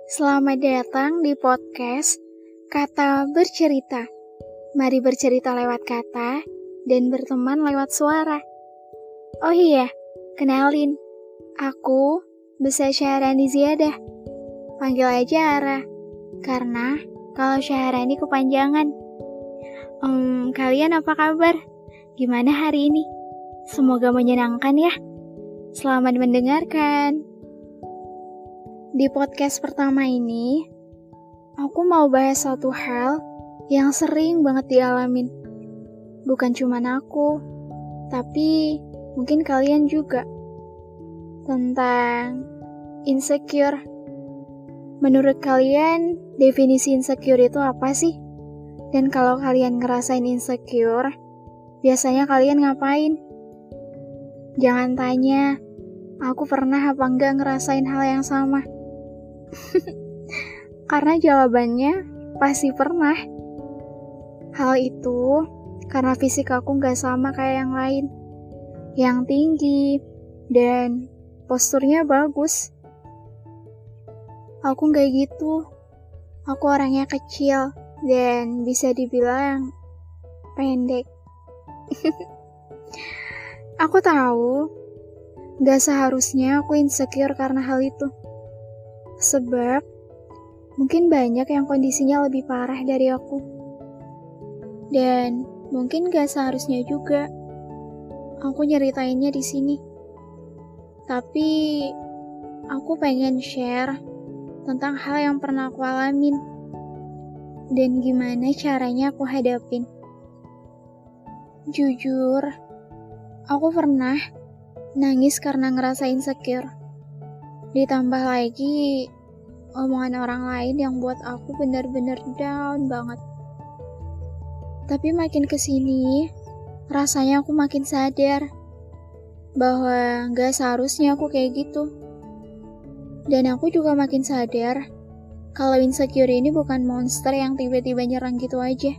Selamat datang di podcast Kata Bercerita. Mari bercerita lewat kata dan berteman lewat suara. Oh iya, kenalin. Aku Besa Syahrani Ziyadah. Panggil aja Ara, karena kalau Syahrani kepanjangan. Kalian apa kabar? Gimana hari ini? Semoga menyenangkan ya. Selamat mendengarkan. Di podcast pertama ini, aku mau bahas suatu hal yang sering banget dialamin. Bukan cuma aku, tapi mungkin kalian juga. Tentang insecure. Menurut kalian, definisi insecure itu apa sih? Dan kalau kalian ngerasain insecure, biasanya kalian ngapain? Jangan tanya, aku pernah apa enggak ngerasain hal yang sama. Karena jawabannya pasti pernah. Hal itu karena fisik aku gak sama kayak yang lain, yang tinggi dan posturnya bagus. Aku gak gitu. Aku orangnya kecil dan bisa dibilang pendek. Aku tahu gak seharusnya aku insecure karena hal itu. Sebab mungkin banyak yang kondisinya lebih parah dari aku. Dan mungkin gak seharusnya juga aku nyeritainnya di sini. Tapi aku pengen share tentang hal yang pernah aku alamin dan gimana caranya aku hadapin. Jujur, aku pernah nangis karena ngerasa insecure. Ditambah lagi omongan orang lain yang buat aku benar-benar down banget. Tapi makin kesini, rasanya aku makin sadar bahwa gak seharusnya aku kayak gitu. Dan aku juga makin sadar kalau insecure ini bukan monster yang tiba-tiba nyerang gitu aja.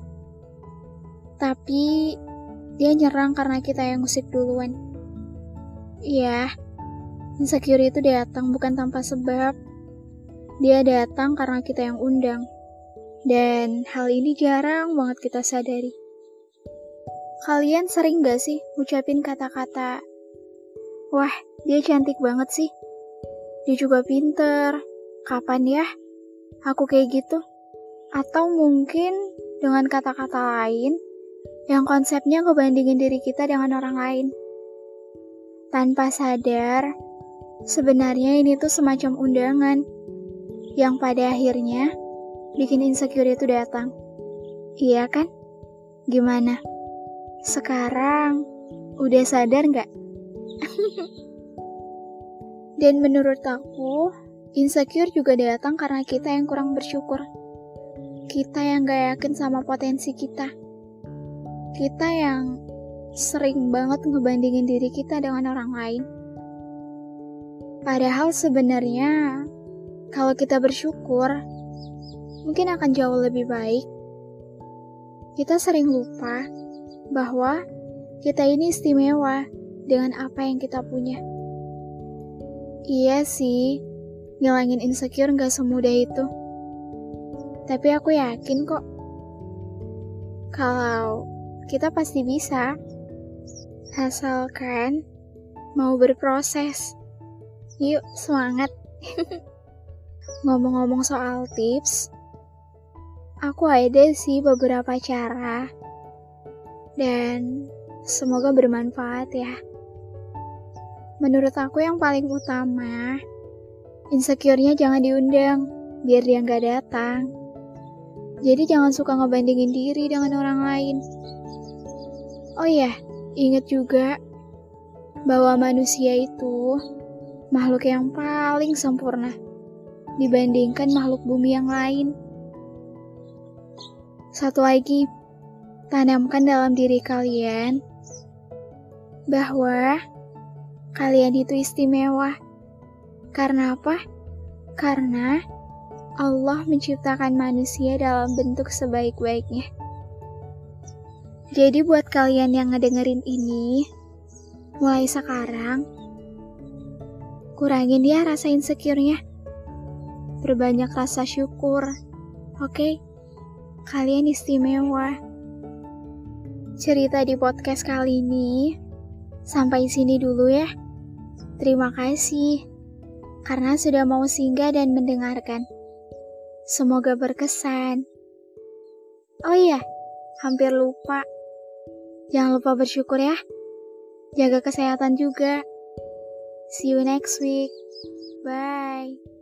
Tapi dia nyerang karena kita yang ngusik duluan. Iya, insecure itu datang bukan tanpa sebab. Dia datang karena kita yang undang. Dan hal ini jarang banget kita sadari. Kalian sering gak sih ngucapin kata-kata, "Wah, dia cantik banget sih. Dia juga pinter. Kapan ya aku kayak gitu?" Atau mungkin dengan kata-kata lain yang konsepnya ngebandingin diri kita dengan orang lain. Tanpa sadar, sebenarnya ini tuh semacam undangan yang pada akhirnya bikin insecure itu datang. Iya kan? Gimana? Sekarang udah sadar nggak? Dan menurut aku, insecure juga datang karena kita yang kurang bersyukur. Kita yang gak yakin sama potensi kita. Kita yang sering banget ngebandingin diri kita dengan orang lain. Padahal sebenarnya kalau kita bersyukur, mungkin akan jauh lebih baik. Kita sering lupa bahwa kita ini istimewa dengan apa yang kita punya. Iya sih, ngilangin insecure gak semudah itu. Tapi aku yakin kok, kalau kita pasti bisa, asalkan mau berproses. Yuk, semangat! Ngomong-ngomong soal tips, aku ada sih beberapa cara, dan semoga bermanfaat ya. Menurut aku yang paling utama, insecure-nya jangan diundang, biar dia nggak datang. Jadi jangan suka ngebandingin diri dengan orang lain. Oh iya, ingat juga bahwa manusia itu makhluk yang paling sempurna dibandingkan makhluk bumi yang lain. Satu lagi, tanamkan dalam diri kalian bahwa kalian itu istimewa. Karena apa? Karena Allah menciptakan manusia dalam bentuk sebaik-baiknya. Jadi buat kalian yang ngedengerin ini, mulai sekarang, kurangin ya rasa insecure-nya. berbanyak rasa syukur. Oke? Kalian istimewa. Cerita di podcast kali ini sampai sini dulu ya. Terima kasih karena sudah mau singgah dan mendengarkan. Semoga berkesan. Oh iya, hampir lupa. Jangan lupa bersyukur ya. Jaga kesehatan juga. See you next week. Bye.